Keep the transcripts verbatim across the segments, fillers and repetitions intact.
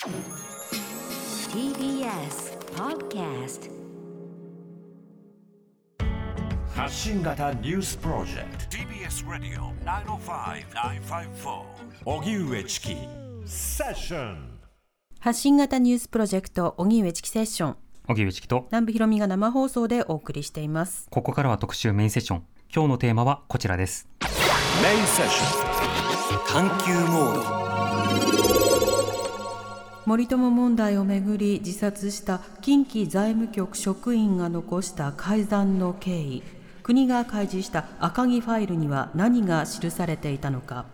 ティービーエス Podcast 発信型ニュースプロジェクト ティービーエス ラディオ きゅうまるご きゅうごよん 荻上チキセッション。 発信型ニュースプロジェクト荻上チキセッション、 荻上チキと南部ひろみが生放送でお送りしています。 ここからは特集メインセッション。今日のテーマはこちらです。 メインセッション探求モード。 森友問題をめぐり自殺した近畿財務局職員が残した改ざんの経緯、国が開示した赤木ファイルには何が記されていたのか。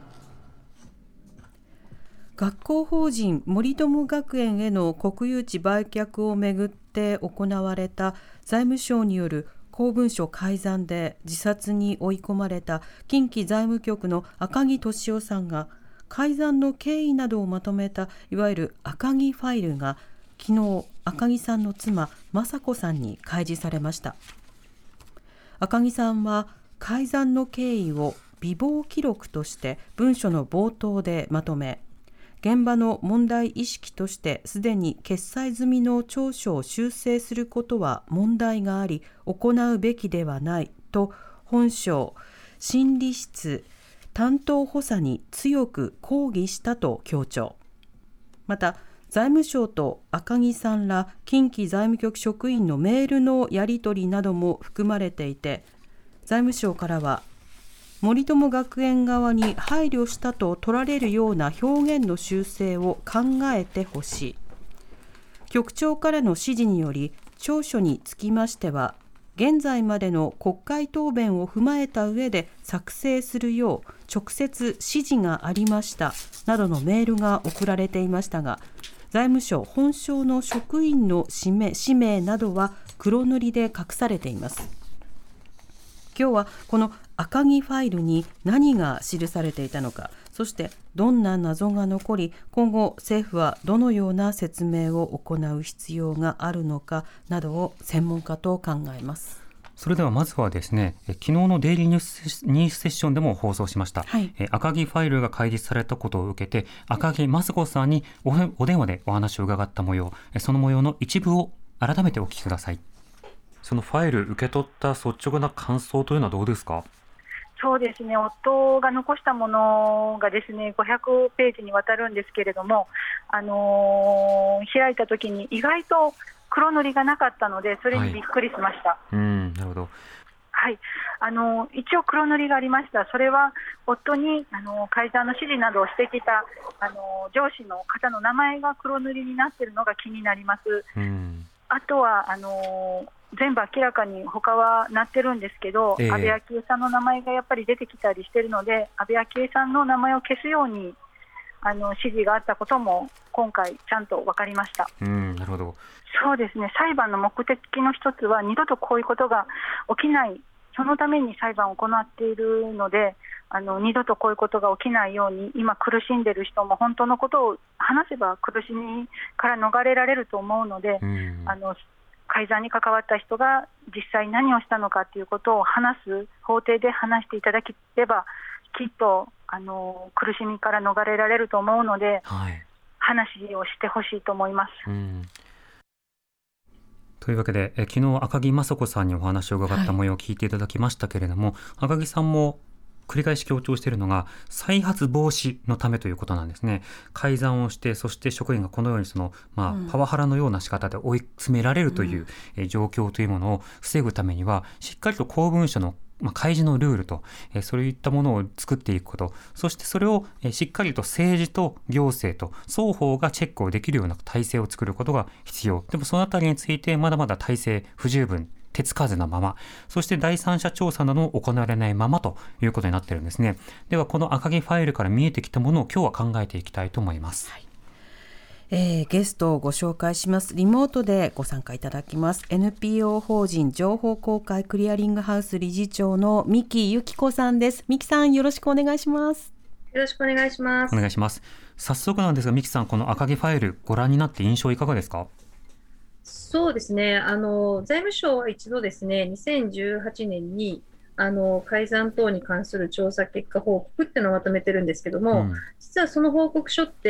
学校法人森友学園への国有地売却をめぐって行われた財務省による公文書改ざんで自殺に追い込まれた近畿財務局の赤木俊夫さんが改ざんの経緯などをまとめたいわゆる赤木ファイルが昨日赤木さんの妻雅子さんに開示されました。赤木さんは改ざんの経緯を備忘記録として文書の冒頭でまとめ、現場の問題意識としてすでに決裁済みの調書を修正することは問題があり行うべきではないと本省審理室担当補佐に強く抗議したと強調。また財務省と赤木さんら近畿財務局職員のメールのやり取りなども含まれていて、財務省からは森友学園側に配慮したと取られるような表現の修正を考えてほしい。局長からの指示により調書につきましては現在までの国会答弁を踏まえた上で作成するよう直接指示がありましたなどのメールが送られていましたが、財務省本省の職員の氏名、氏名などは黒塗りで隠されています。今日はこの赤木ファイルに何が記されていたのか、そしてどんな謎が残り今後政府はどのような説明を行う必要があるのかなどを専門家と考えます。 それではまずはですね、昨日のデイリーニュース、ニュースセッションでも放送しました、はい、赤木ファイルが開示されたことを受けて赤木雅子さんに お, お電話でお話を伺った模様、その模様の一部を改めてお聞きください。そのファイル受け取った率直な感想というのはどうですか？ そうですね、夫が残したものがですねごひゃくページにわたるんですけれども、あのー、開いたときに意外と黒塗りがなかったのでそれにびっくりしました。はい、 うんなるほど。 はい、あのー、一応黒塗りがありました。それは夫に、あのー、改ざんの指示などをしてきた、あのー、上司の方の名前が黒塗りになっているのが気になります。うんあとはあのー全部明らかに他はなってるんですけど、えー、安倍昭恵さんの名前がやっぱり出てきたりしてるので、安倍昭恵さんの名前を消すようにあの指示があったことも今回ちゃんと分かりました。 うんなるほど。 そうですね、裁判の目的の一つは二度とこういうことが起きない、そのために裁判を行っているので、あの二度とこういうことが起きないように今苦しんでいる人も本当のことを話せば苦しみから逃れられると思うので、うんあの改ざんに関わった人が実際何をしたのかということを話す、法廷で話していただければきっとあの苦しみから逃れられると思うので、はい、話をしてほしいと思います。うんというわけでえ昨日赤木雅子さんにお話を伺った模様を聞いていただきましたけれども、はい、赤木さんも繰り返し強調しているのが再発防止のためということなんですね。改ざんをしてそして職員がこのようにその、まあうん、パワハラのような仕方で追い詰められるという、うん、状況というものを防ぐためにはしっかりと公文書のまあ、開示のルールと、えー、そういったものを作っていくこと、そしてそれを、えー、しっかりと政治と行政と双方がチェックをできるような体制を作ることが必要。でもそのあたりについてまだまだ体制不十分、手つかずなまま、そして第三者調査なども行われないままということになっているんですね。ではこの赤木ファイルから見えてきたものを今日は考えていきたいと思います。はいえー、ゲストをご紹介します。リモートでご参加いただきます エヌピーオー 法人情報公開クリアリングハウス理事長の三木由紀子さんです。三木さんよろしくお願いします。 よろしくお願いします。 お願いします。早速なんですが三木さん、この赤木ファイルご覧になって印象いかがですか？ そうですね、あの財務省は一度ですねにせんじゅうはちねんにあの改ざん等に関する調査結果報告っていうのをまとめてるんですけども、うん、実はその報告書って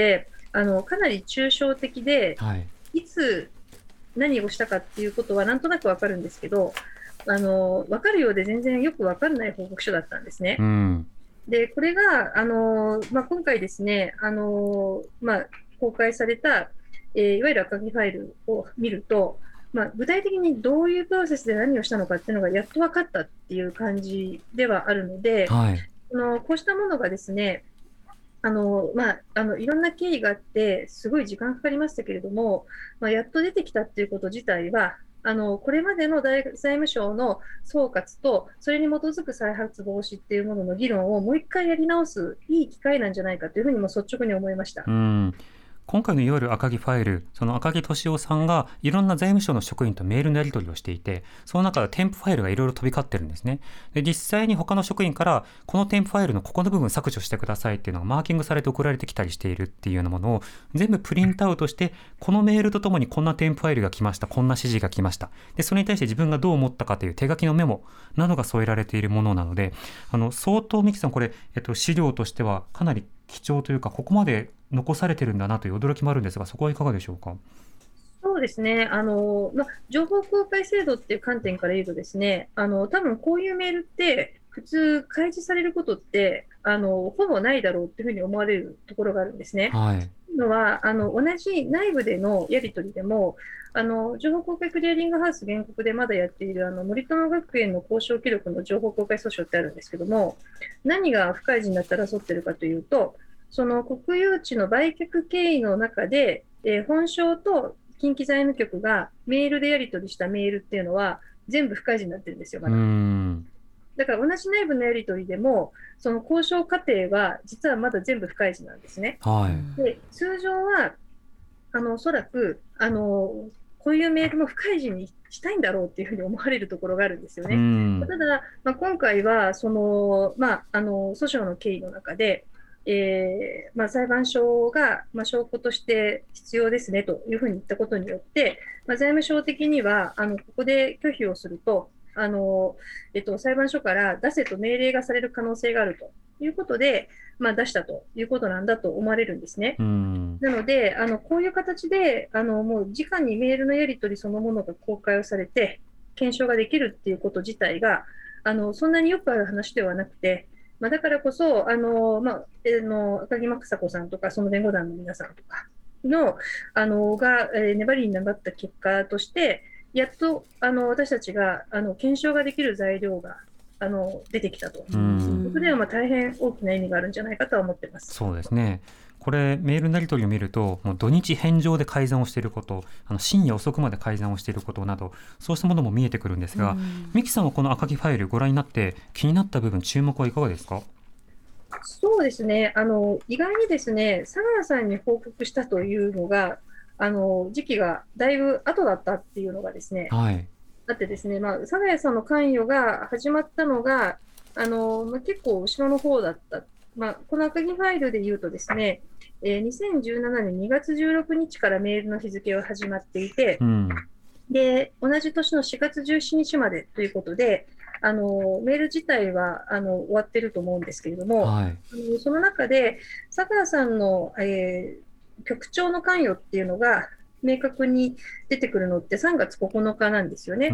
あのかなり抽象的で、 はい、 いつ何をしたかっていうことはなんとなく分かるんですけど、あの分かるようで全然よく分からない報告書だったんですね。 うん、 でこれがあの、まあ、今回ですね、あの、まあ、公開された、えー、いわゆる赤木ファイルを見ると、まあ、具体的にどういうプロセスで何をしたのかっていうのがやっと分かったっていう感じではあるので、 はい、 あのこうしたものがですね、あのまあ、あのいろんな経緯があってすごい時間かかりましたけれども、まあ、やっと出てきたっていうこと自体はあのこれまでの財務省の総括とそれに基づく再発防止っていうものの議論をもう一回やり直すいい機会なんじゃないかというふうにも率直に思いました。 うん、今回のいわゆる赤木ファイル、その赤木俊夫さんがいろんな財務省の職員とメールのやり取りをしていて、その中で添付ファイルがいろいろ飛び交ってるんですね。で実際に他の職員からこの添付ファイルのここの部分削除してくださいっていうのがマーキングされて送られてきたりしているっていうようなものを全部プリントアウトして、このメールとともにこんな添付ファイルが来ました、こんな指示が来ました、でそれに対して自分がどう思ったかという手書きのメモなどが添えられているものなので、あの相当ミキさんこれ、えっと、資料としてはかなり貴重というか、ここまで残されてるんだなという驚きもあるんですが、そこはいかがでしょうか。 そうですね、あのま、情報公開制度っていう観点から言うとですね、あの多分こういうメールって普通開示されることってあのほぼないだろうっていうふうに思われるところがあるんですね。 はい、 というのはあの同じ内部でのやり取りでも、あの情報公開クリアリングハウス原告でまだやっているあの森友学園の交渉記録の情報公開訴訟ってあるんですけども、何が不開示になって争っているかというと、その国有地の売却経緯の中で、えー、本省と近畿財務局がメールでやり取りしたメールっていうのは全部不開示になってるんですよ、まだ。 うーん、 だから同じ内部のやり取りでもその交渉過程は実はまだ全部不開示なんですね。 はい、 で通常はあのおそらくあのこういうメールも不開示にしたいんだろうっていうふうに思われるところがあるんですよね。ただ、まあ、今回はその、まあ、あの訴訟の経緯の中でえーまあ、裁判所が、まあ、証拠として必要ですねというふうに言ったことによって、まあ、財務省的にはあのここで拒否をするとあの、えっと、裁判所から出せと命令がされる可能性があるということで、まあ、出したということなんだと思われるんですね。 うん、 なのであのこういう形であのもう直にメールのやり取りそのものが公開をされて検証ができるっていうこと自体があのそんなによくある話ではなくて、まあ、だからこそ、あのまあ、えー、の赤木雅子さんとか、その弁護団の皆さんとかの、あのが、えー、粘りに粘った結果として、やっとあの私たちがあの検証ができる材料があの出てきたということでは、まあ、大変大きな意味があるんじゃないかとは思っています。 そうですね。これメールのやり取りを見ると、もう土日返上で改ざんをしていること、あの深夜遅くまで改ざんをしていることなど、そうしたものも見えてくるんですが、ミキさんはこの赤木ファイルご覧になって気になった部分、注目はいかがですか。 そうですね、あの意外にですね、相良さんに報告したというのが、あの時期がだいぶ後だったっていうのがですね、 はい、 だってですね、まあ、相良さんの関与が始まったのが、あのまあ、結構後ろの方だった、まあ、この赤木ファイルでいうとですね、えー、にせんじゅうななねんにがつじゅうろくにちからメールの日付が始まっていて、 うん、 で同じ年のしがつじゅうしちにちまでということで、あのメール自体はあの終わってると思うんですけれども、 はい、 あのその中で相良さんの、えー、局長の関与っていうのが明確に出てくるのってさんがつここのかなんですよね。 うん、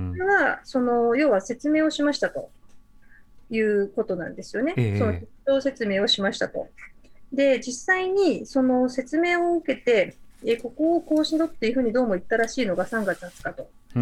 これはその要は説明をしましたということなんですよね。 えー、 その局長説明をしましたと。で実際にその説明を受けて、えー、ここをこうしろっていうふうにどうも言ったらしいのがさんがつはつかと、うん、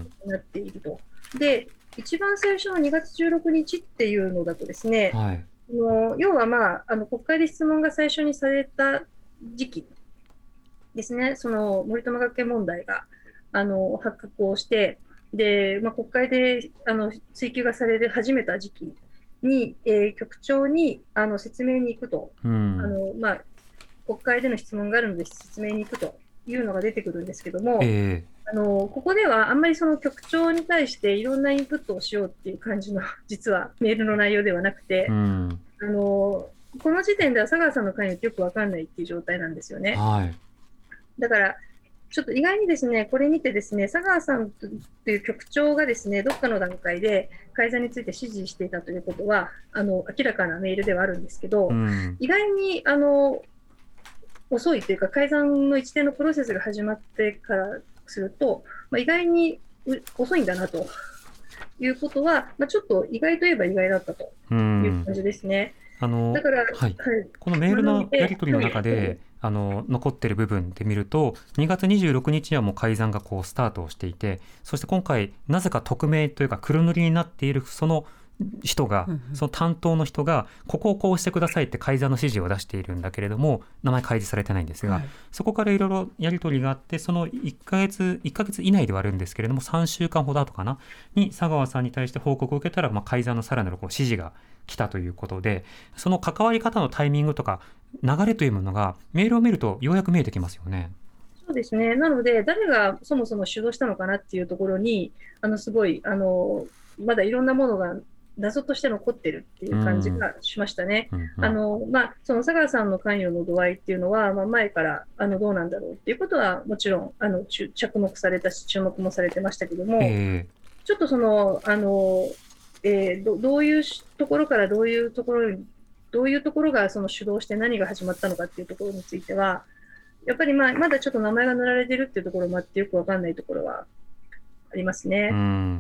なっていると。で一番最初のにがつじゅうろくにちっていうのだとですね、 はい、 の要は、まあ、あの国会で質問が最初にされた時期ですね、その森友学園問題があの発覚をして、で、まあ、国会であの追及がされ始めた時期に、えー、局長にあの説明に行くと、うん、あのまあ、国会での質問があるので説明に行くというのが出てくるんですけども、 えーあのここではあんまりその局長に対していろんなインプットをしようっていう感じの実はメールの内容ではなくて、うん、あのこの時点では相良さんの関与ってよく分かんないっていう状態なんですよね。 はい、 だからちょっと意外にですね、これ見てですね、相良さんという局長がですね、どっかの段階で改ざんについて指示していたということはあの明らかなメールではあるんですけど、うん、意外にあの遅いというか、改ざんの一定のプロセスが始まってからすると、まあ、意外に遅いんだなということは、まあ、ちょっと意外といえば意外だったという感じですね。 あのだから、 はいはい、 このメールのやり取りの中で、あの残っている部分で見ると、にがつにじゅうろくにちにはもう改ざんがこうスタートをしていて、そして今回なぜか匿名というか黒塗りになっているその人が、うんうん、その担当の人がここをこうしてくださいって改ざんの指示を出しているんだけれども、名前開示されてないんですが、はい、そこからいろいろやり取りがあって、そのいっかげついっかげつ以内ではあるんですけれども、さんしゅうかんほど後かなに佐川さんに対して報告を受けたら、まあ、改ざんのさらなるこう指示が来たということで、その関わり方のタイミングとか流れというものがメールを見るとようやく見えてきますよね。 そうですね。なので誰がそもそも主導したのかなっていうところに、あのすごいあのまだいろんなものが謎として残ってるっていう感じがしましたね。うんうん、あのまあ、その佐川さんの関与の度合いっていうのは、まあ、前からあのどうなんだろうっていうことはもちろんあの着目されたし注目もされてましたけども、えー、ちょっとそのあの、えー、ど, どういうところからどういうところにどういうところがその主導して何が始まったのかっていうところについては、やっぱり、まあ、まだちょっと名前が塗られてるっていうところもあってよくわかんないところはありますね。 うん、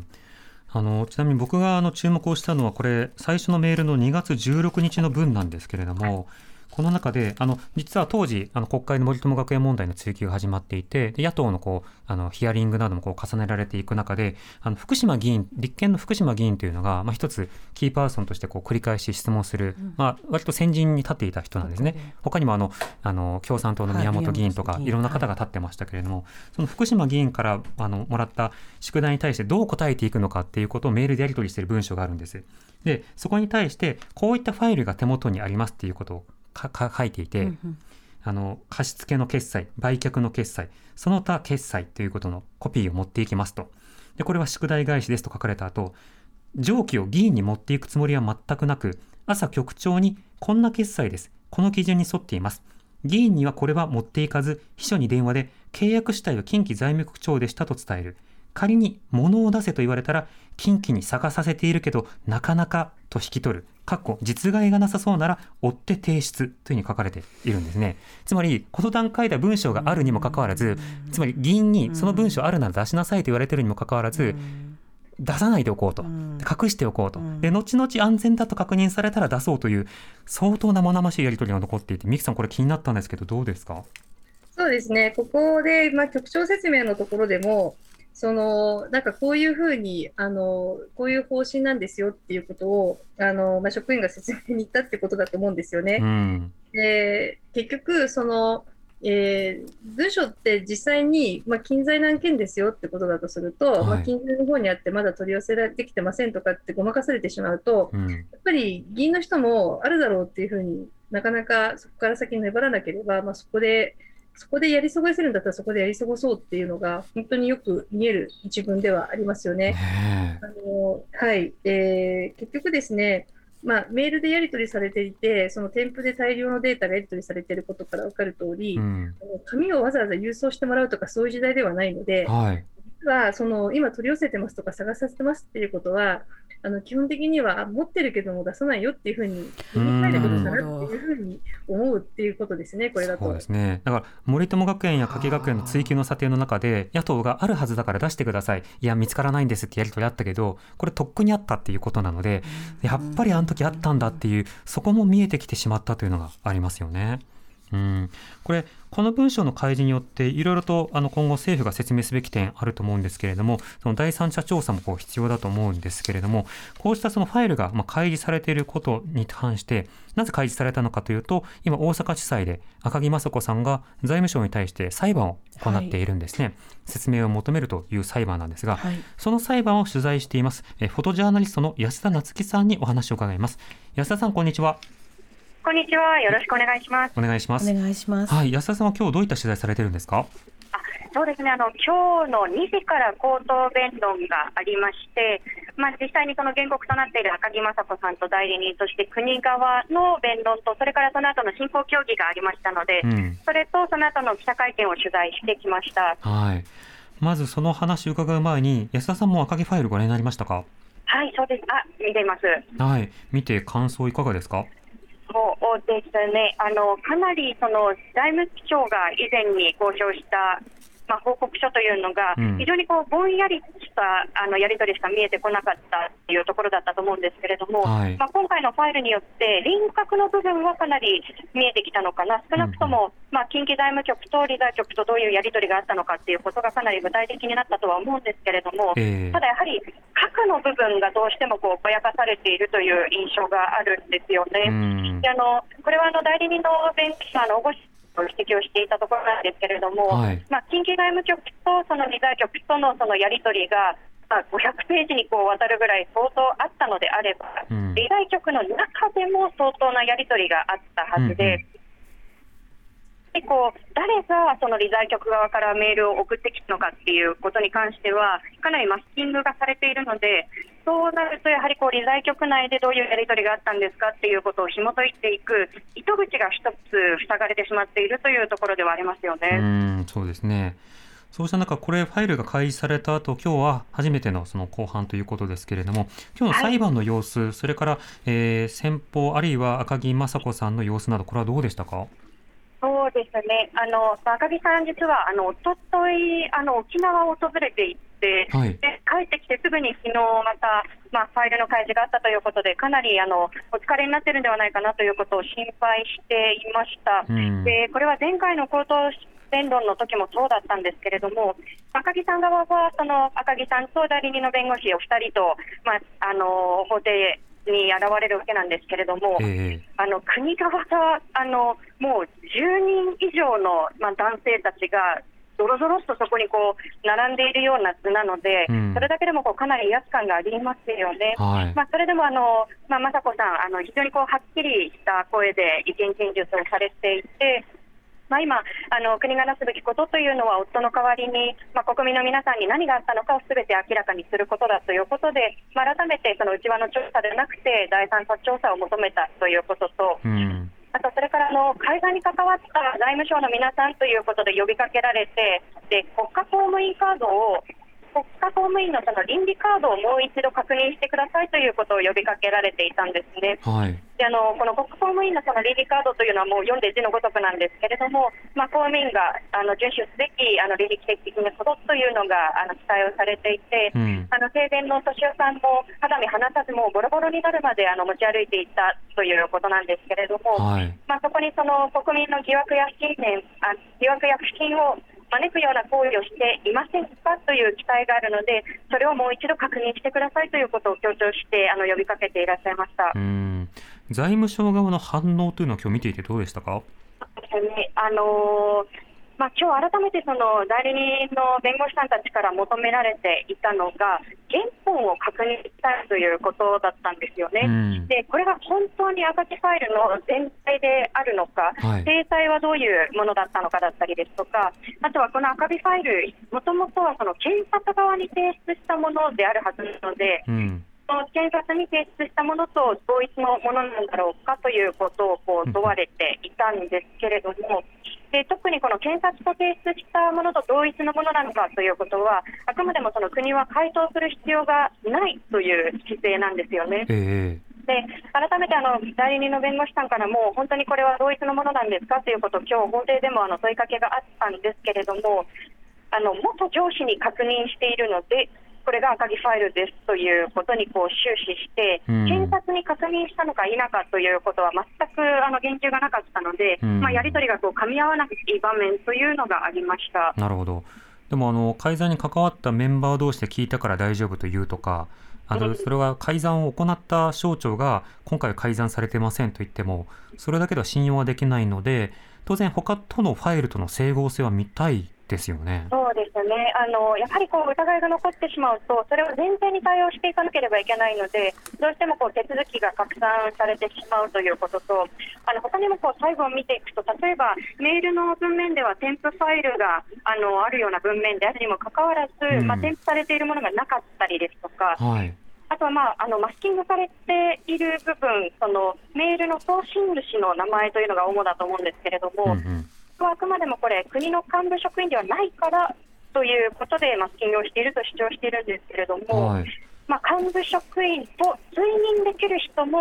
あのちなみに僕があの注目をしたのは、これ最初のメールのにがつじゅうろくにちの文なんですけれども、この中であの実は当時あの国会の森友学園問題の追及が始まっていて、で野党のこうあのヒアリングなどもこう重ねられていく中で、あの福島議員立憲の福島議員というのが、まあ、一つキーパーソンとしてこう繰り返し質問する、うんまあ、割と先陣に立っていた人なんですね。他にもあのあの共産党の宮本議員とか、はい、いろんな方が立ってましたけれども、はい、その福島議員からあのもらった宿題に対してどう答えていくのかっていうことをメールでやり取りしている文章があるんです。でそこに対してこういったファイルが手元にありますっていうことをかか書いていて、うんうん、あの貸付の決済、売却の決済、その他決済ということのコピーを持っていきますと。でこれは宿題返しですと書かれた後、上記を議員に持っていくつもりは全くなく、朝局長にこんな決済です、この基準に沿っています、議員にはこれは持っていかず、秘書に電話で契約主体は近畿財務局長でしたと伝える。仮に物を出せと言われたら近畿に探させているけどなかなかと引き取る、かっこ実害がなさそうなら追って提出というふうに書かれているんですね。つまりこの段階では文章があるにもかかわらず、つまり議員にその文章あるなら出しなさいと言われているにもかかわらず、出さないでおこうと、隠しておこうと、で後々安全だと確認されたら出そうという相当生々しいやり取りが残っていて、三木さんこれ気になったんですけどどうですか？ そうですね、ここで、まあ、局長説明のところでもそのなんかこういうふうにあのこういう方針なんですよっていうことをあの、まあ、職員が説明に行ったってことだと思うんですよね。うん、で結局その、えー、文書って実際に、まあ、近在の案件ですよってことだとすると、はいまあ、近在の方にあってまだ取り寄せられてきてませんとかってごまかされてしまうと、うん、やっぱり議員の人もあるだろうっていうふうになかなかそこから先粘らなければ、まあ、そこでそこでやり過ごせるんだったらそこでやり過ごそうっていうのが本当によく見える一文ではありますよね。あのはいえー、結局ですね、まあ、メールでやり取りされていて、その添付で大量のデータがやり取りされていることから分かる通り、うん、あの紙をわざわざ郵送してもらうとかそういう時代ではないので、はい、実はその今取り寄せてますとか探させてますっていうことはあの基本的には持ってるけども出さないよっていうふうに言い換えることかなっていうふうに思うっていうことですね、これだと。 そうですね。だから森友学園や加計学園の追及の査定の中で野党があるはずだから出してください、いや見つからないんですってやり取りあったけど、これとっくにあったっていうことなので、やっぱりあの時あったんだっていう、そこも見えてきてしまったというのがありますよね。うん、これこの文章の開示によっていろいろとあの今後政府が説明すべき点あると思うんですけれども、その第三者調査もこう必要だと思うんですけれども、こうしたそのファイルがまあ開示されていることに関してなぜ開示されたのかというと、今大阪地裁で赤木雅子さんが財務省に対して裁判を行っているんですね、はい、説明を求めるという裁判なんですが、はい、その裁判を取材していますえフォトジャーナリストの安田夏樹さんにお話を伺います。安田さん、こんにちは。 こんにちは。よろしくお願いします。 お願いします。 お願いします。 はい、安田さんは今日どういった取材されてるんですか？ あ、そうですね。あの今日のにじから口頭弁論がありまして、まあ、実際にその原告となっている赤木雅子さんと代理人、そして国側の弁論と、それからその後の進行協議がありましたので、うん、それとその後の記者会見を取材してきました。 はい。まずその話を伺う前に、安田さんも赤木ファイルご覧になりましたか？ はい、そうです。あ、見ています。 はい。見て感想いかがですか？ もうそうですね、あのかなりその財務省が以前に公表したまあ、報告書というのが非常にこうぼんやりしたあのやり取りしか見えてこなかったというところだったと思うんですけれども、はい、まあ、今回のファイルによって輪郭の部分はかなり見えてきたのかな、少なくとも、まあ、近畿財務局と理財局とどういうやり取りがあったのかということがかなり具体的になったとは思うんですけれども、えー、ただやはり核の部分がどうしてもこうぼやかされているという印象があるんですよね。であのこれはあの代理人の弁護士のご指摘をしていたところなんですけれども、はい、まあ、近畿財務局とその理財局とのそのやり取りが、まあ、ごひゃくページにこう渡るぐらい相当あったのであれば、うん、理財局の中でも相当なやり取りがあったはずで、うんうん、でこう誰がその理財局側からメールを送ってきたのかっていうことに関してはかなりマスキングがされているので、そうなるとやはりこう理財局内でどういうやり取りがあったんですかっていうことを紐解いていく糸口が一つ塞がれてしまっているというところではありますよね。 うん、そうですね。そうした中、これファイルが開示された後、今日は初めてのその公判ということですけれども、今日の裁判の様子、はい、それから、えー、先方あるいは赤木雅子さんの様子など、これはどうでしたか？ そうですね、あの赤木さん、実はあのおとといあの沖縄を訪れていて、はい、で帰ってきてすぐに昨日また、まあ、ファイルの開示があったということで、かなりあのお疲れになっているんではないかなということを心配していました。うん、でこれは前回の口頭弁論の時もそうだったんですけれども、赤木さん側はその赤木さんと代理人の弁護士お二人と、まあ、あの法廷に現れるわけなんですけれども、えー、あの国側があのもうじゅうにん以上の、まあ、男性たちがぞろぞろっとそこにこう並んでいるような図なので、うん、それだけでもこうかなり威圧感がありますよね。はい、まあ、それでもあの、まあ、雅子さんあの非常にこうはっきりした声で意見陳述をされていて、まあ、今あの国がなすべきことというのは夫の代わりに、まあ、国民の皆さんに何があったのかをすべて明らかにすることだということで、まあ、改めてその内輪の調査ではなくて第三者調査を求めたということと、うん、あとそれからあの改ざんに関わった財務省の皆さんということで呼びかけられて、で国家公務員カードを国家公務員のその倫理カードをもう一度確認してくださいということを呼びかけられていたんですね。はい、であのこの国家公務員のその倫理カードというのはもう読んで字のごとくなんですけれども、まあ、公務員があの遵守すべきあの倫理的責任のことというのがあの記載をされていて、うん、あの生前の年男さんも肌身離さずもうボロボロになるまであの持ち歩いていたということなんですけれども、はい、まあ、そこにその国民の疑惑や不信念あ疑惑や不信を招くような行為をしていませんかという期待があるので、それをもう一度確認してくださいということを強調してあの呼びかけていらっしゃいました。 うん、財務省側の反応というのは今日見ていてどうでしたか？ ね、あのーまあ、今日改めてその代理人の弁護士さんたちから求められていたのが原本を確認したいということだったんですよね。うん、でこれが本当に赤木ファイルの全体であるのか、はい、体裁はどういうものだったのかだったりですとか、あとはこの赤木ファイルもともとはその検察側に提出したものであるはずなので、うん、その検察に提出したものと同一のものなんだろうかということをこう問われていたんですけれども、で特にこの検察と提出したものと同一のものなのかということはあくまでもその国は回答する必要がないという姿勢なんですよね。えー、で改めてあの代理人の弁護士さんからも本当にこれは同一のものなんですかということを今日法廷でもあの問いかけがあったんですけれども、あの元上司に確認しているのでこれが赤木ファイルですということにこう終始して、うん、検察に確認したのか否かということは全くあの言及がなかったので、うん、まあ、やり取りがこう噛み合わなくていい場面というのがありました。 なるほど。でもあの改ざんに関わったメンバー同士で聞いたから大丈夫というとか、あのそれは改ざんを行った省庁が今回は改ざんされてませんと言ってもそれだけでは信用はできないので、当然他とのファイルとの整合性は見たいですよね。 そうですね。あのやはりこう疑いが残ってしまうとそれを前提に対応していかなければいけないので、どうしてもこう手続きが拡散されてしまうということと、あの他にもこう最後を見ていくと、例えばメールの文面では添付ファイルがあのあるような文面であるにもかかわらず、うん、まあ、添付されているものがなかったりですとか、はい、あとは、まあ、あのマスキングされている部分、そのメールの送信主の名前というのが主だと思うんですけれども、うんうん、あくまでもこれ国の幹部職員ではないからということでマスキングをしていると主張しているんですけれども、はい、まあ、幹部職員と追認できる人も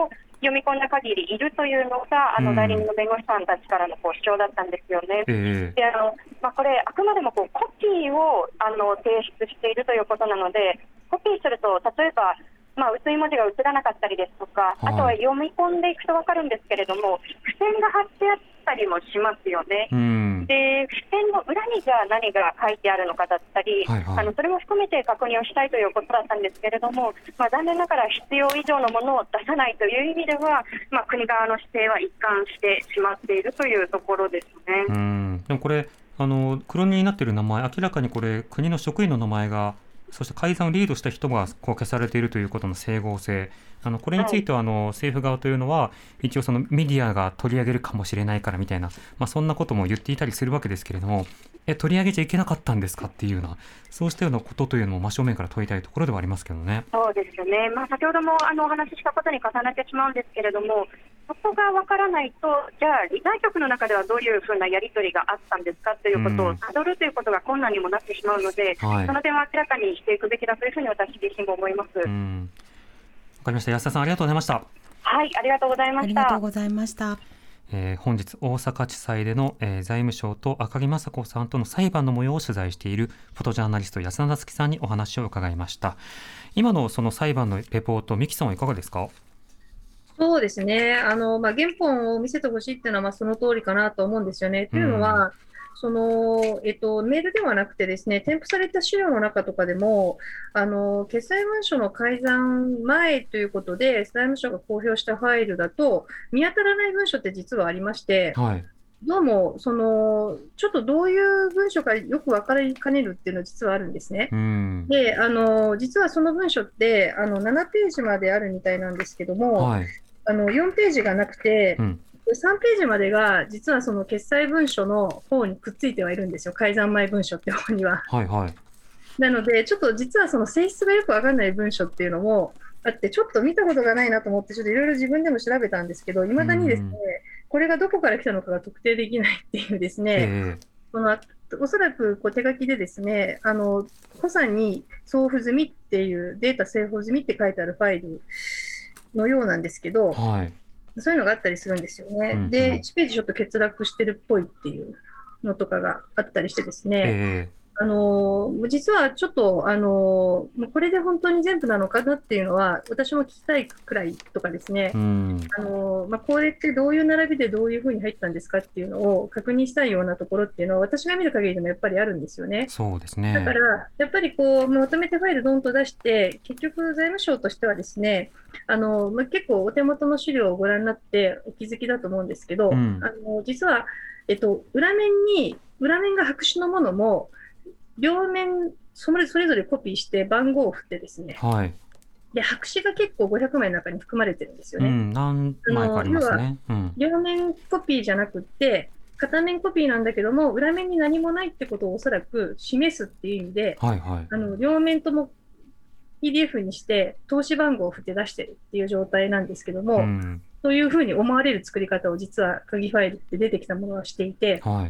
読み込んだ限りいるというのが、あの代理人の弁護士さんたちからのこう主張だったんですよね。 えー、 であのまあ、これ、あくまでもこうコピーをあの提出しているということなので、コピーすると、例えば、まあ、薄い文字が映らなかったりですとか、 はい、 あとは読み込んでいくと分かるんですけれども、付箋が貼ってあったりもしますよね。 うん、 で付箋の裏にじゃあ何が書いてあるのかだったり、はいはい、あのそれも含めて確認をしたいということだったんですけれども、まあ、残念ながら必要以上のものを出さないという意味では、まあ、国側の姿勢は一貫してしまっているというところですね。 うん、でもこれあの黒塗りになっている名前、明らかにこれ国の職員の名前が、そして改ざんをリードした人がこう消されているということの整合性、あのこれについてはあの政府側というのは一応そのメディアが取り上げるかもしれないからみたいな、まあ、そんなことも言っていたりするわけですけれども、え取り上げちゃいけなかったんですかっていうような、そうしたようなことというのも真正面から問いたいところではありますけどね。 そうですよね、まあ、先ほどもあのお話ししたことに重ねてしまうんですけれども、そこが分からないと、じゃあ理財局の中ではどういうふうなやり取りがあったんですかということをたどるということが困難にもなってしまうので、はい、その点は明らかにしていくべきだというふうに私自身も思います。うん、 わかりました。安田さん、ありがとうございました。 はい、ありがとうございました。 ありがとうございました。 えー、本日大阪地裁での、えー、財務省と赤木雅子さんとの裁判の模様を取材しているフォトジャーナリスト安田夏樹さんにお話を伺いました。今のその裁判のレポート、三木さんはいかがですか？ そうですね、あの、まあ、原本を見せてほしいっていうのはまあその通りかなと思うんですよね。というのは、そのえっと、メールではなくてですね、添付された資料の中とかでも、あの決裁文書の改ざん前ということで、財務省が公表したファイルだと、見当たらない文書って実はありまして、はい、どうもその、ちょっとどういう文書かよく分かりかねるっていうのは実はあるんですね。うんであの実はその文書ってあのななページまであるみたいなんですけども、はい、あのよんページがなくて、うんさんページまでが実はその決裁文書の方にくっついてはいるんですよ、改ざん前文書って方には。はいはい、なので、ちょっと実はその性質がよくわかんない文書っていうのもあって、ちょっと見たことがないなと思って、ちょっといろいろ自分でも調べたんですけど、いまだにですね、これがどこから来たのかが特定できないっていうですね、そのおそらくこう手書きでですね、あの補佐に送付済みっていうデータ製法済みって書いてあるファイルのようなんですけど、はい、そういうのがあったりするんですよね。うんうん、で、いちページちょっと欠落してるっぽいっていうのとかがあったりしてですね、えーあの実はちょっと、あのこれで本当に全部なのかなっていうのは私も聞きたいくらいとかですね、うんあのまあ、これってどういう並びでどういうふうに入ったんですかっていうのを確認したいようなところっていうのは私が見る限りでもやっぱりあるんですよね。 そうですね。 だからやっぱりこうまとめてファイルドンと出して結局財務省としてはですね、あの、まあ、結構お手元の資料をご覧になってお気づきだと思うんですけど、うん、あの実は、えっと、裏面に裏面が白紙のものも両面それぞれコピーして番号を振ってですね、はい、で白紙が結構ごひゃくまいの中に含まれてるんですよね。うん、 何枚かありますね。 要は両面コピーじゃなくって片面コピーなんだけども裏面に何もないってことをおそらく示すっていう意味で、はいはい、あの両面とも ピーディーエフ にして投資番号を振って出してるっていう状態なんですけども、うん、そういうふうに思われる作り方を実は鍵ファイルって出てきたものはしていて、はい、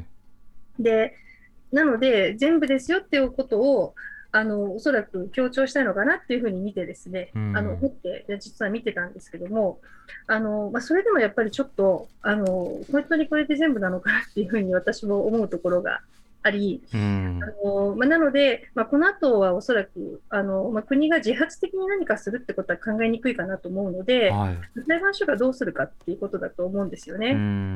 でなので全部ですよっていうことをあのおそらく強調したいのかなっていうふうに見てですね、うん、あの思って実は見てたんですけども、あの、まあ、それでもやっぱりちょっとあの本当にこれで全部なのかなっていうふうに私も思うところがあり、うん、あのまあ、なので、まあ、この後はおそらくあの、まあ、国が自発的に何かするってことは考えにくいかなと思うので、はい、裁判所がどうするかっていうことだと思うんですよね。うん、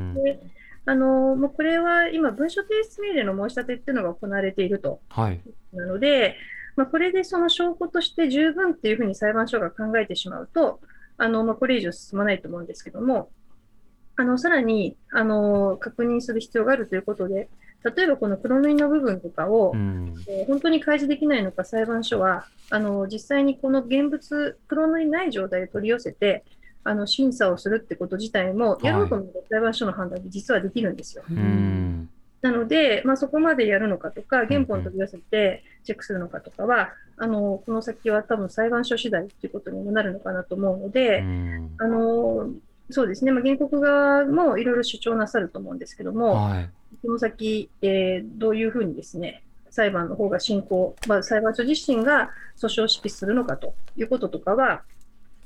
であのもうこれは今、文書提出命令の申し立てっていうのが行われていると、はい、なので、まあ、これでその証拠として十分っていうふうに裁判所が考えてしまうと、あのまあ、これ以上進まないと思うんですけども、あのさらにあの確認する必要があるということで、例えばこの黒塗りの部分とかを、うんえー、本当に開示できないのか、裁判所はあの実際にこの現物、黒塗りない状態で取り寄せて、あの審査をするってこと自体もやろうと思うと裁判所の判断で実はできるんですよ。はい、うんなので、まあ、そこまでやるのかとか、原本を取り寄せてチェックするのかとかは、あのこの先は多分裁判所次第ということにもなるのかなと思うので、あのそうですね、まあ、原告側もいろいろ主張なさると思うんですけども、はい、この先、えー、どういうふうにですね、裁判の方が進行、まあ、裁判所自身が訴訟を指揮するのかということとかは、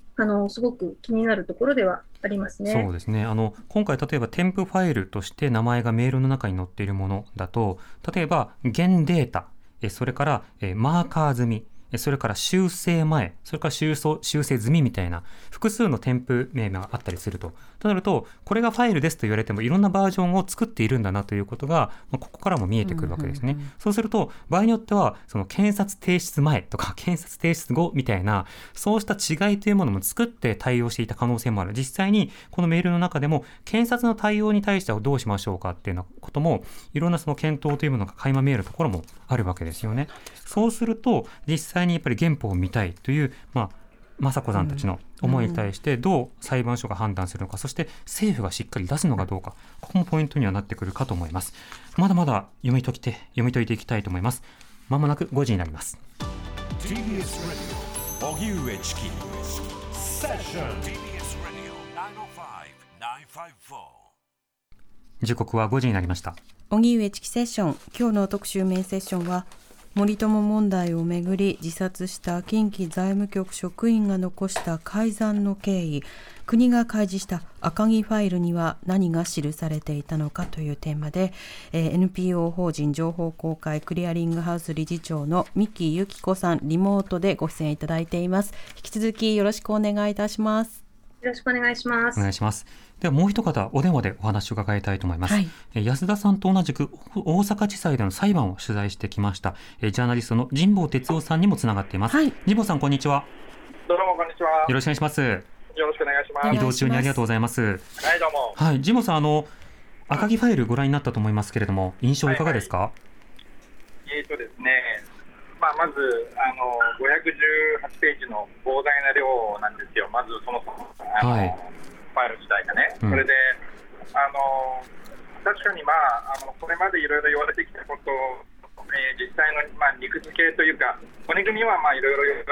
あのすごく気になるところではありますね。 そうですね。あの今回例えば添付ファイルとして名前がメールの中に載っているものだと、例えば現データ、それからマーカー済み、それから修正前、それから修正、修正済みみたいな複数の添付名があったりすると。となると、これがファイルですと言われてもいろんなバージョンを作っているんだなということが、ここからも見えてくるわけですね。うんうんうん、そうすると、場合によっては、その検察提出前とか検察提出後みたいな、そうした違いというものも作って対応していた可能性もある。実際にこのメールの中でも、検察の対応に対してはどうしましょうかっていうようなことも、いろんなその検討というものが垣間見えるところもあるわけですよね。そうすると、実際にやっぱり原本を見たいという、まあ、雅子さんたちの思いに対してどう裁判所が判断するのか、そして政府がしっかり出すのかどうか、ここもポイントにはなってくるかと思います。まだまだ読み解きて読み解いていきたいと思います。まもなくごじになります。 ティービーエス ラジオ荻上チキセッション ティービーエス ラジオきゅうまるご きゅうごよん。 時刻はごじになりました。 荻上チキセッション、今日の特集メインセッションは森友問題をめぐり自殺した近畿財務局職員が残した改ざんの経緯、国が開示した赤木ファイルには何が記されていたのかというテーマで、えー、エヌピーオー 法人情報公開クリアリングハウス理事長の三木由紀子さん、リモートでご出演いただいています。引き続きよろしくお願いいたします。 よろしくお願いします。 お願いします。ではもう一方お電話でお話を伺いたいと思います。はい、安田さんと同じく大阪地裁での裁判を取材してきましたジャーナリストの神保哲夫さんにもつながっています。はい、神保さん、こんにちは。 どうもこんにちは。 よろしくお願いします。 よろしくお願いします。 移動中にありがとうございます。 はい、どうも。 はい、神保さん、あの赤木ファイルご覧になったと思いますけれども、印象いかがですか？ はいはい、えーとですね、まあ、まずあのごひゃくじゅうはちページの膨大な量なんですよ。まずそもそもあの、はい、ファイル自体がね、うん、それであの確かに、まあ、あのこれまでいろいろ言われてきたことを、えー、実際の、まあ、肉付けというか骨組みはまあいろいろ言う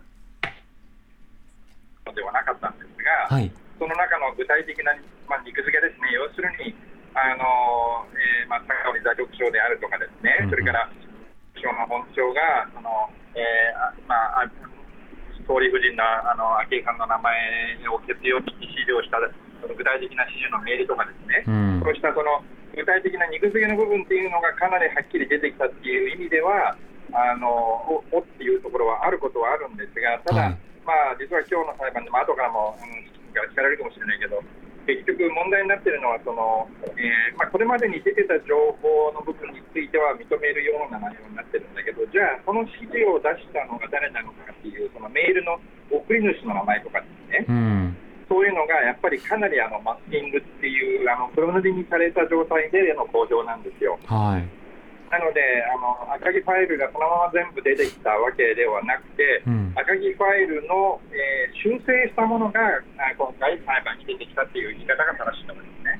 のではなかったんですが、はい、その中の具体的な、まあ、肉付けですね。要するにあの、えーまあ、高森座局長であるとかですね、うんうん、それから省の本庁がその、えーまあ、総理夫人のあの昭恵さんの名前を決定を指示をしたその具体的な指示のメールとかですね、うん、そうしたその具体的な肉付けの部分っていうのがかなりはっきり出てきたっていう意味ではあの お, おっていうところはあることはあるんですが、ただ、はい、まあ、実は今日の裁判でも後からも、うん、聞かれるかもしれないけど、結局問題になっているのはその、えーまあ、これまでに出てた情報の部分については認めるような内容になってるんだけど、じゃあその指示を出したのが誰なのかっていうそのメールの送り主の名前とかですね、うん、そういうのがやっぱりかなりあのマスキングっていうあの黒塗りにされた状態での公表なんですよ。はい、なのであの赤木ファイルがそのまま全部出てきたわけではなくて、うん、赤木ファイルの、えー、修正したものが今回裁判に出てきたっていう言い方が正しいと思いますね。 うん、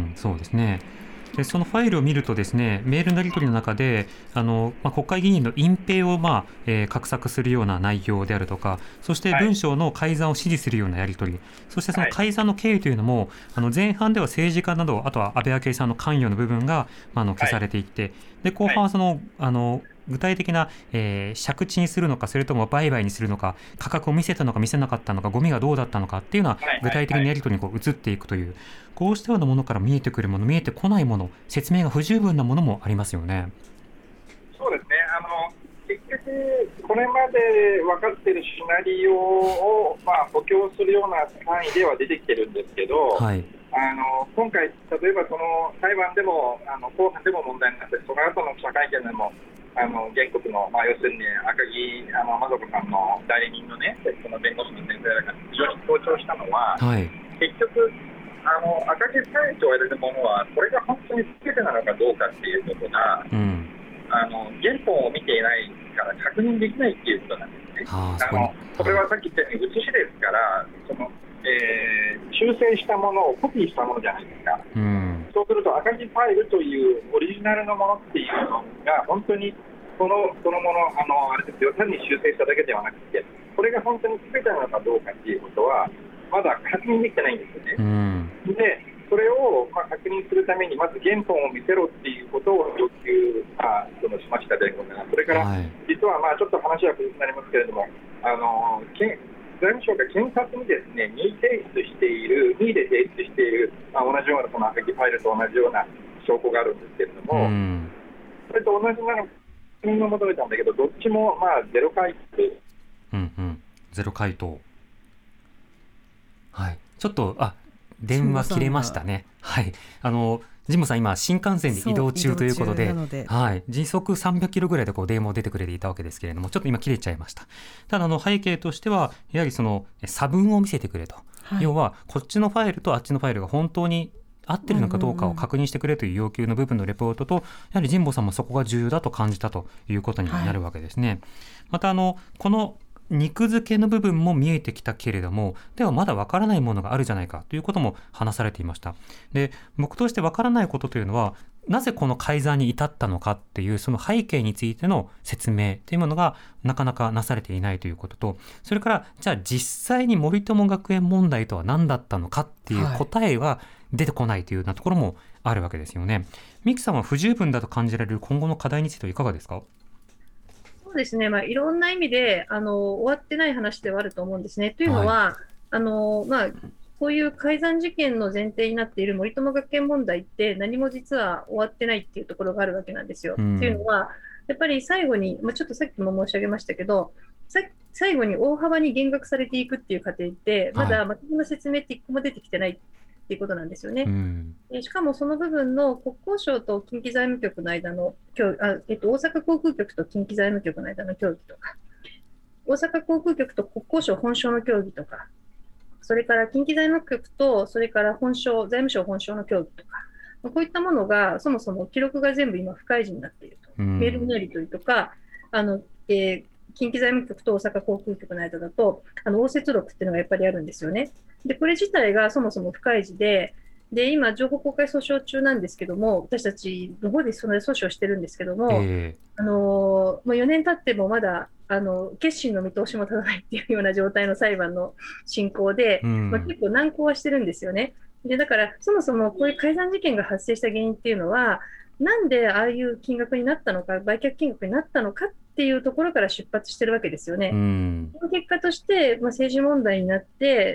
そうですね。でそのファイルを見るとですね、メールのやり取りの中であの、まあ、国会議員の隠蔽を、まあえー、画策するような内容であるとか、そして文章の改ざんを指示するようなやり取り、はい、そしてその改ざんの経緯というのも、あの前半では政治家など、あとは安倍昭恵さんの関与の部分が、まあ、あの消されていって、はい、で後半はその、はい、あの具体的な、えー、借地にするのか、それとも売買にするのか、価格を見せたのか見せなかったのか、ゴミがどうだったのかっていうのは具体的なやり取りにこう移っていくという、こうしたようなものから見えてくるもの、見えてこないもの、説明が不十分なものもありますよね。 そうですね。あの結局これまで分かっているシナリオを、まあ、補強するような範囲では出てきてるんですけど、はい、あの今回例えばその裁判でもあの公判でも問題になって、その後の記者会見でもあの原告の、まあ、要するに赤木あの雅子さんの代理人のね、その弁護士の先生らが非常に強調したのは、はい、結局あの赤木ファイルと言われるものはこれが本当に全てなのかどうかっていうことが、うん、あの原本を見ていないから確認できないっていうことなんですね。はあ、あのこれはさっき言ったように写しですから、そのえー、修正したものをコピーしたものじゃないですか。うん、そうすると赤木ファイルというオリジナルのものっていうのが本当にそのそのものあのあれですよ、単に修正しただけではなくて、これが本当に全てなのかどうかっていうことはまだ確認できてないんですよね。うん、でそれを、まあ、確認するためにまず原本を見せろっていうことを要求、まあ、そのしました弁護士が、それから、はい、実はまあちょっと話は崩しになりますけれども、あのけ財務省が検察にですね、任意提出している、任意で提出している、まあ、同じようなその赤木ファイルと同じような証拠があるんですけれども、うん、それと同じなの確認を求めたんだけど、どっちもまあゼロ回答で、 うんうん、ゼロ回答、はい、ちょっとあ電話切れましたね。はい、あの神保さん今新幹線で移動中ということ で, で、はい、時速さんびゃくキロぐらいでこう電話を出てくれていたわけですけれども、ちょっと今切れちゃいました。ただあの背景としてはやはりその差分を見せてくれと、はい、要はこっちのファイルとあっちのファイルが本当に合ってるのかどうかを確認してくれという要求の部分のレポートと、やはり神保さんもそこが重要だと感じたということになるわけですね。はい、またあのこの肉付けの部分も見えてきたけれども、ではまだわからないものがあるじゃないかということも話されていました。で、僕としてわからないことというのは、なぜこの改ざんに至ったのかっていうその背景についての説明というものがなかなかなされていないということと、それからじゃあ実際に森友学園問題とは何だったのかっていう答えは出てこないというようなところもあるわけですよね。三木さんは不十分だと感じられる今後の課題についてはいかがですか？ そうですね、まあ、いろんな意味であの終わってない話ではあると思うんですね。というのは、はい、あのまあ、こういう改ざん事件の前提になっている森友学園問題って何も実は終わってないっていうところがあるわけなんですよ。と、うん、いうのはやっぱり最後に、まあ、ちょっとさっきも申し上げましたけど、さ最後に大幅に減額されていくっていう過程ってまだまともな説明って一個も出てきてないっていうことなんですよね。うん、しかもその部分の国交省と近畿財務局の間のあ、えっと、大阪航空局と近畿財務局の間の協議とか、大阪航空局と国交省本省の協議とか、それから近畿財務局とそれから本省財務省本省の協議とか、こういったものがそもそも記録が全部今不開示になっていると、うん、メールのやり取りとか、あの、えー、近畿財務局と大阪航空局の間だとあの応接録っていうのがやっぱりあるんですよね。でこれ自体がそもそも不開示で、で今、情報公開訴訟中なんですけども、私たちの方でその訴訟してるんですけども、えー、あのもうよねん経ってもまだあの結審の見通しも立たないっていうような状態の裁判の進行で、うんまあ、結構難航はしてるんですよね。でだからそもそもこういう改ざん事件が発生した原因っていうのは、なんでああいう金額になったのか、売却金額になったのかっていうところから出発してるわけですよね。うん、その結果として、まあ、政治問題になって、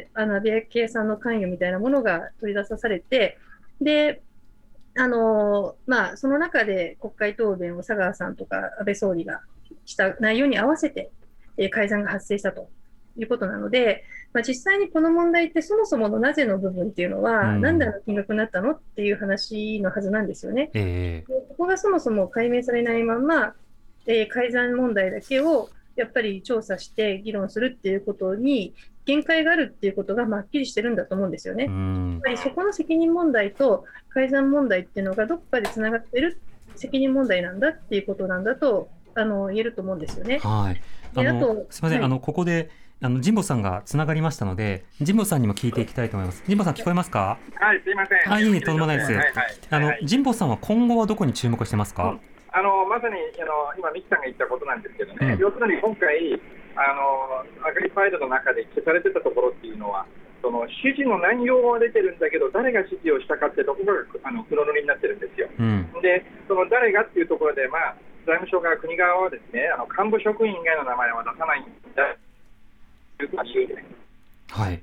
あの安倍昭恵さんの関与みたいなものが取り出されて、で、あのまあ、その中で国会答弁を佐川さんとか安倍総理がした内容に合わせて、えー、改ざんが発生したということなので、まあ、実際にこの問題ってそもそものなぜの部分っていうのは、うん、なんであの金額になったのっていう話のはずなんですよね。えー、ここがそもそも解明されないまま、えー、改ざん問題だけをやっぱり調査して議論するっていうことに限界があるっていうことがはっきりしてるんだと思うんですよね。うん、やっぱりそこの責任問題と改ざん問題っていうのがどこかでつながってる責任問題なんだっていうことなんだとあの言えると思うんですよね。 はい、あのであとすみません、はい、あのここであの神保さんがつながりましたので、神保さんにも聞いていきたいと思います。神保さん聞こえますか？ はい、すいません。 あ、いいえ、とんでもないです。はいはい、あの、はい、神保さんは今後はどこに注目してますか？うん、 あのまさにあの今三木さんが言ったことなんですけどね、うん、要するに今回あのアグリファイルの中で消されてたところっていうのは、その指示の内容は出てるんだけど、誰が指示をしたかってところがあの黒塗りになってるんですよ。うん、でその誰がっていうところで、まあ、財務省側、国側はですね、あの幹部職員以外の名前は出さないんだという理由で、 はい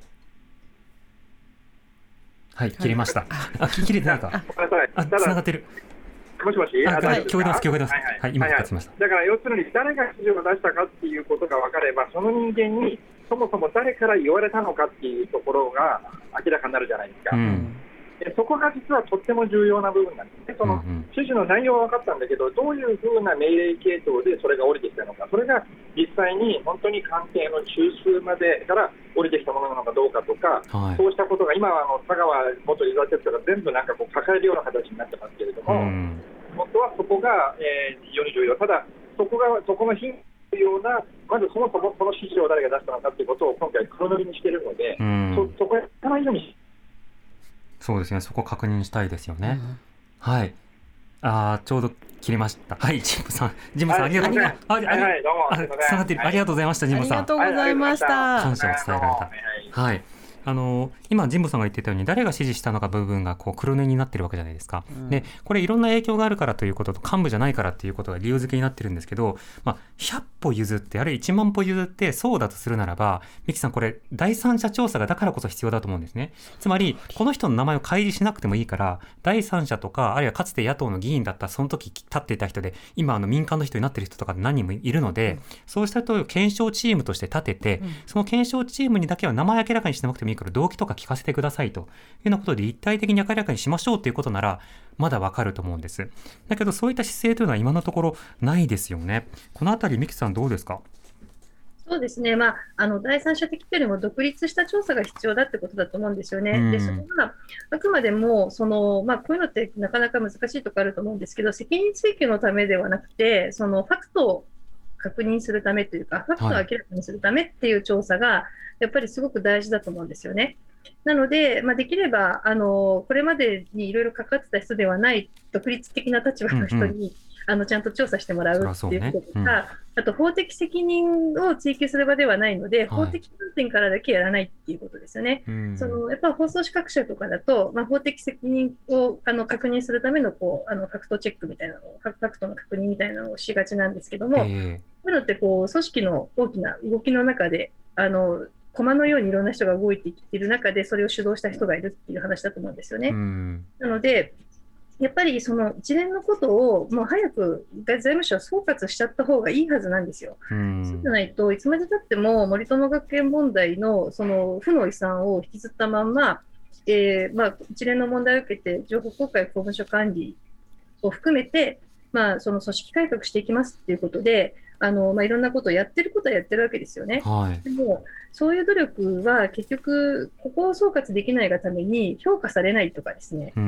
はい、切れました。あ、切れてないか。 ごめんなさい。 あ、つながってる。 もしもし、 あ、はい、聞こえてます、聞こえてます。はい、はいはい、今聞こえました。 だから要するに誰が指示を出したかっていうことが分かれば、その人間にそもそも誰から言われたのかっていうところが明らかになるじゃないですか。うん、でそこが実はとっても重要な部分なんですね。その指示の内容は分かったんだけど、どういうふうな命令系統でそれが降りてきたのか、それが実際に本当に官邸の中枢までから降りてきたものなのかどうかとか、はい、そうしたことが今はあの佐川元理財哲とか全部なんかこう抱えるような形になってますけれども、うん、本当はそこが、えー、非常に重要。ただそこがそこのヒントような、まずそもそもこの指示を誰が出したのかということを今回黒塗りにしているので、うん、そ, そこへ行かないように。 そうですね、そこ確認したいですよね。うん、はい。あ、ちょうど切れました。はい、神保さん、神保さん、ありがとうございます。はい、はい、どうも。つながってる、ありがとうございました、神保さん。 ありがとうございました。 感謝を伝えられた。はい。 あの今神保さんが言ってたように誰が指示したのか部分がこう黒塗りになってるわけじゃないですか、うん、でこれいろんな影響があるからということと幹部じゃないからということが理由付けになってるんですけど、まあ、ひゃっぽ譲ってあるいはいちまんぽ譲ってそうだとするならば三木さんこれ第三者調査がだからこそ必要だと思うんですね。つまりこの人の名前を開示しなくてもいいから第三者とかあるいはかつて野党の議員だったその時立っていた人で今あの民間の人になってる人とか何人もいるので、うん、そうした人を検証チームとして立てて、うん、その検証チームにだけは名前明らかにしなくてもいいから動機とか聞かせてくださいというようなことで立体的に明らかにしましょうということならまだわかると思うんです。だけどそういった姿勢というのは今のところないですよね。このあたり三木さんどうですか？ そうですね、まあ、あの第三者的というよりも独立した調査が必要だってことだと思うんですよね。うん、でそれはあくまでもその、まあ、こういうのってなかなか難しいところあると思うんですけど責任追及のためではなくてそのファクトを確認するためというかファクトを明らかにするためっていう調査がやっぱりすごく大事だと思うんですよね。なので、まあ、できればあのこれまでにいろいろ関わってた人ではない独立的な立場の人に、うんうんあのちゃんと調査してもらうっていうこととか、ねうん、あと法的責任を追及する場ではないので、はい、法的観点からだけやらないっていうことですよね。うん、そのやっぱり放送視覚者とかだと、まあ、法的責任をあの確認するためのこうあのファクトチェックみたいなのファクトの確認みたいなのをしがちなんですけども、えー、こういうのってこう組織の大きな動きの中であの駒のようにいろんな人が動いていっている中でそれを主導した人がいるっていう話だと思うんですよね。うん、なのでやっぱりその一連のことをもう早く財務省は総括しちゃった方がいいはずなんですよ。うんそうじゃないといつまでたっても森友学園問題のその負の遺産を引きずったまんま、えーまあ、一連の問題を受けて情報公開公文書管理を含めて、まあ、その組織改革していきますっていうことであの、まあ、いろんなことをやってることはやってるわけですよね。はい、でもそういう努力は結局ここを総括できないがために評価されないとかですね、うん、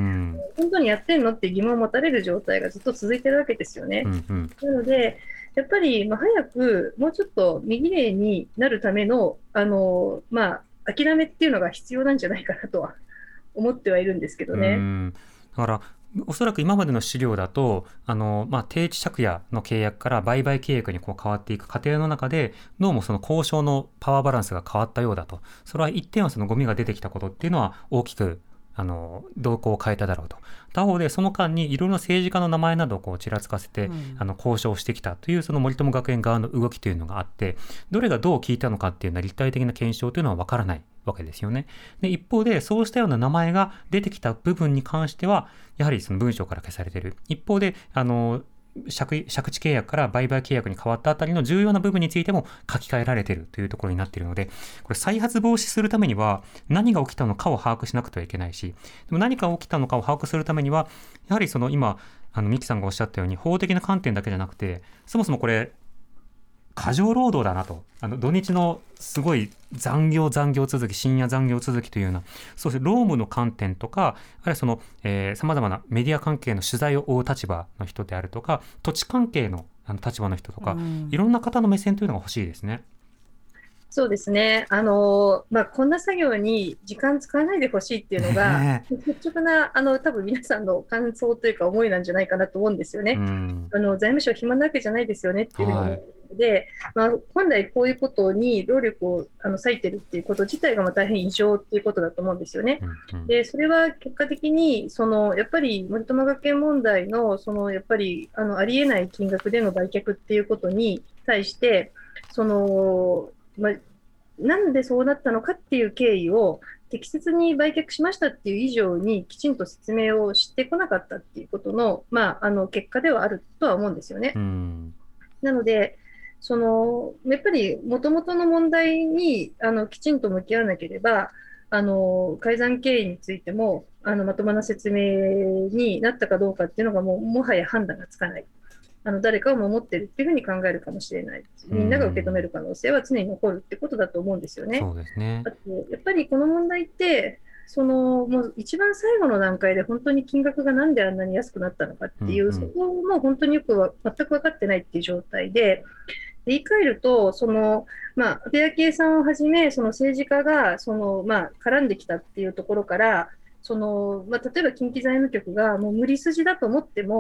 本当にやってんのって疑問を持たれる状態がずっと続いてるわけですよね。うんうん、なのでやっぱりまあ早くもうちょっと右霊になるためのあの、まあ、諦めっていうのが必要なんじゃないかなとは思ってはいるんですけどね。うんだからおそらく今までの資料だとあの、まあ、定期借家の契約から売買契約にこう変わっていく過程の中でどうもその交渉のパワーバランスが変わったようだと。それは一点はそのゴミが出てきたことっていうのは大きくあの動向を変えただろうと。他方でその間にいろいろな政治家の名前などをこうちらつかせて、うん、あの交渉してきたというその森友学園側の動きというのがあってどれがどう効いたのかっていうのは立体的な検証というのは分からないわけですよね。で一方でそうしたような名前が出てきた部分に関してはやはりその文章から消されている。一方であの借, 借地契約から売買契約に変わったあたりの重要な部分についても書き換えられているというところになっているのでこれ再発防止するためには何が起きたのかを把握しなくてはいけないしでも何が起きたのかを把握するためにはやはりその今あの三木さんがおっしゃったように法的な観点だけじゃなくてそもそもこれ過剰労働だなとあの土日のすごい残業残業続き深夜残業続きというようなそういう労務の観点とかあるいはそのさまざまなメディア関係の取材を追う立場の人であるとか土地関係 の, あの立場の人とか、うん、いろんな方の目線というのが欲しいですね。 そうですねあの、まあ、こんな作業に時間使わないでほしいっていうのが、ね、率直なあの多分皆さんの感想というか思いなんじゃないかなと思うんですよね。うん、あの財務省暇なわけじゃないですよねっていうふうに思うので、はいまあ、本来こういうことに労力をあの割いてるっていうこと自体がまあ大変異常っていうことだと思うんですよね。うんうん、でそれは結果的にそのやっぱり森友学園問題 の, そのやっぱり あ, のありえない金額での売却っていうことに対してそのまあ、なんでそうなったのかっていう経緯を適切に売却しましたっていう以上にきちんと説明をしてこなかったっていうことの、まあ、あの結果ではあるとは思うんですよね。うんなのでそのやっぱり元々の問題にあのきちんと向き合わなければあの改ざん経緯についてもあのまともな説明になったかどうかっていうのがもうもはや判断がつかない。あの誰かを守ってるっていうふうに考えるかもしれない。みんなが受け止める可能性は常に残るってことだと思うんですよね。 そうですね。 あとやっぱりこの問題ってそのもう一番最後の段階で本当に金額がなんであんなに安くなったのかっていう、うんうん、そこも本当によくは全く分かってないっていう状態で、で言い換えるとその、まあ、安倍昭恵さんをはじめその政治家がその、まあ、絡んできたっていうところからその、まあ、例えば近畿財務局がもう無理筋だと思っても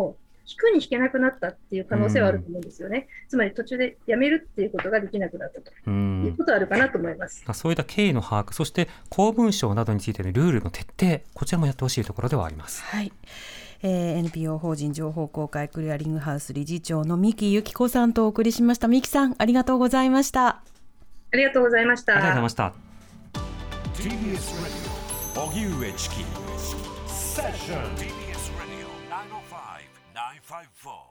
引くに引けなくなったっていう可能性はあると思うんですよね。つまり途中でやめるっていうことができなくなったということはあるかなと思います。 そういった経緯の把握、そして公文書などについてのルールの徹底、こちらもやってほしいところではあります。 はい、えー、エヌピーオー 法人情報公開クリアリングハウス理事長の三木由紀子さんとお送りしました。三木さん、ありがとうございました。 ありがとうございました。 ありがとうございました。 ティービーエス ラジオ荻上チキセッション ティービーエス ラジオナインオーファイブナインファイブフォー